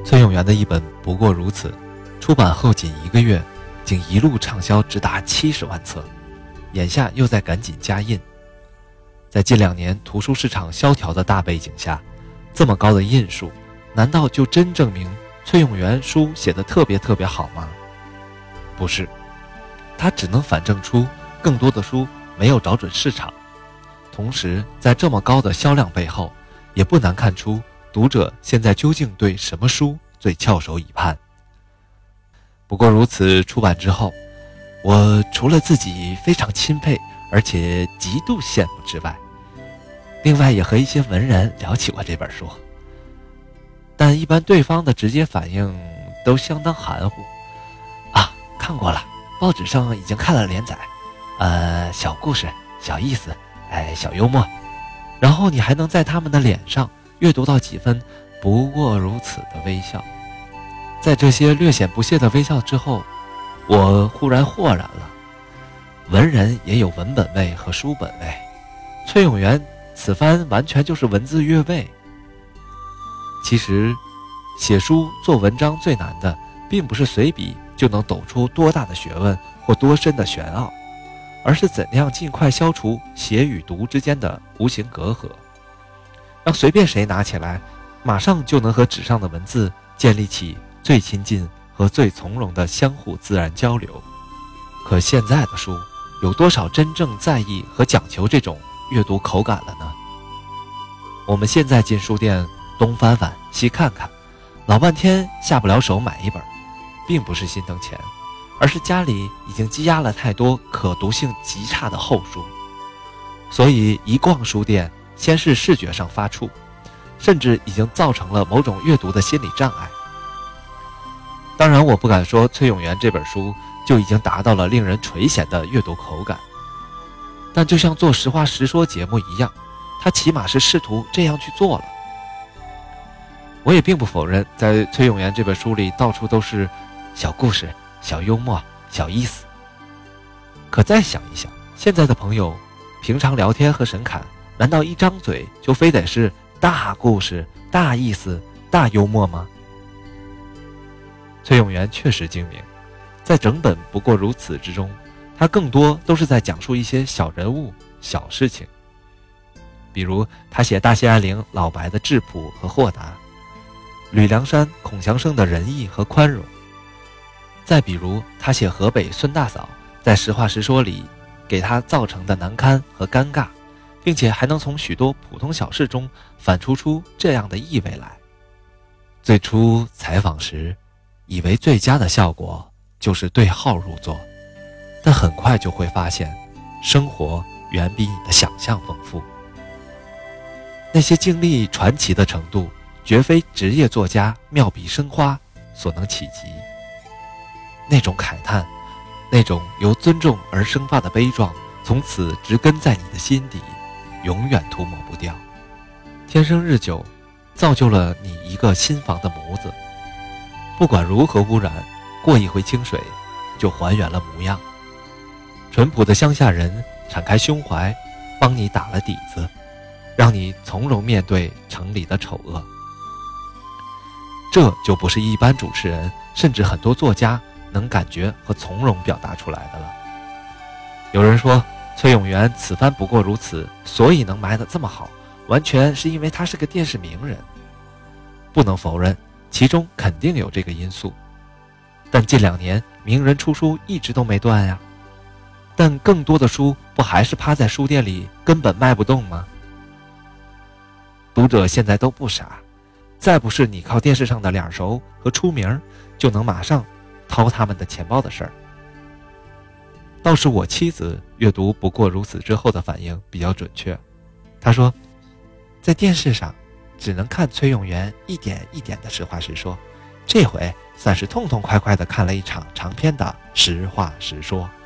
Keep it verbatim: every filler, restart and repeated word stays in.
崔永元的一本《不过如此》，出版后仅一个月，竟一路畅销直达七十万册，眼下又在赶紧加印。在近两年图书市场萧条的大背景下，这么高的印数，难道就真证明崔永元书写得特别特别好吗？不是，它只能反证出更多的书没有找准市场。同时，在这么高的销量背后，也不难看出读者现在究竟对什么书最翘首以盼。不过如此出版之后，我除了自己非常钦佩而且极度羡慕之外，另外也和一些文人聊起过这本书，但一般对方的直接反应都相当含糊。啊，看过了，报纸上已经看了连载，呃，小故事，小意思，哎，小幽默，然后你还能在他们的脸上阅读到几分不过如此的微笑。在这些略显不屑的微笑之后，我忽然豁然了，文人也有文本位和书本位，崔永元此番完全就是文字越位。其实写书做文章最难的并不是随笔就能抖出多大的学问或多深的玄奥，而是怎样尽快消除写与读之间的无形隔阂，让随便谁拿起来马上就能和纸上的文字建立起最亲近和最从容的相互自然交流。可现在的书有多少真正在意和讲求这种阅读口感了呢？我们现在进书店东翻翻西看看，老半天下不了手买一本，并不是心疼钱，而是家里已经积压了太多可读性极差的厚书。所以一逛书店，先是视觉上发怵，甚至已经造成了某种阅读的心理障碍。当然我不敢说崔永元这本书就已经达到了令人垂涎的阅读口感，但就像做实话实说节目一样，他起码是试图这样去做了。我也并不否认在崔永元这本书里到处都是小故事、小幽默、小意思。可再想一想，现在的朋友平常聊天和神侃，难道一张嘴就非得是大故事、大意思、大幽默吗？崔永元确实精明，在整本不过如此之中，他更多都是在讲述一些小人物、小事情。比如他写大兴安岭老白的质朴和豁达，吕梁山孔祥生的仁义和宽容，再比如他写河北孙大嫂在实话实说里给他造成的难堪和尴尬，并且还能从许多普通小事中反刍出这样的意味来。最初采访时以为最佳的效果就是对号入座，但很快就会发现生活远比你的想象丰富。那些经历传奇的程度，绝非职业作家妙笔生花所能企及。那种慨叹，那种由尊重而生发的悲壮，从此植根在你的心底，永远涂抹不掉。天生日久，造就了你一个心房的模子，不管如何污染，过一回清水就还原了模样。淳朴的乡下人敞开胸怀，帮你打了底子，让你从容面对城里的丑恶。这就不是一般主持人甚至很多作家能感觉和从容表达出来的了。有人说崔永元此番不过如此，所以能卖得这么好，完全是因为他是个电视名人。不能否认其中肯定有这个因素，但近两年名人出书一直都没断呀。但更多的书不还是趴在书店里根本卖不动吗？读者现在都不傻，再不是你靠电视上的脸熟和出名就能马上掏他们的钱包的事儿。倒是我妻子阅读不过如此之后的反应比较准确，她说在电视上只能看崔永元一点一点的实话实说，这回算是痛痛快快地看了一场长篇的实话实说。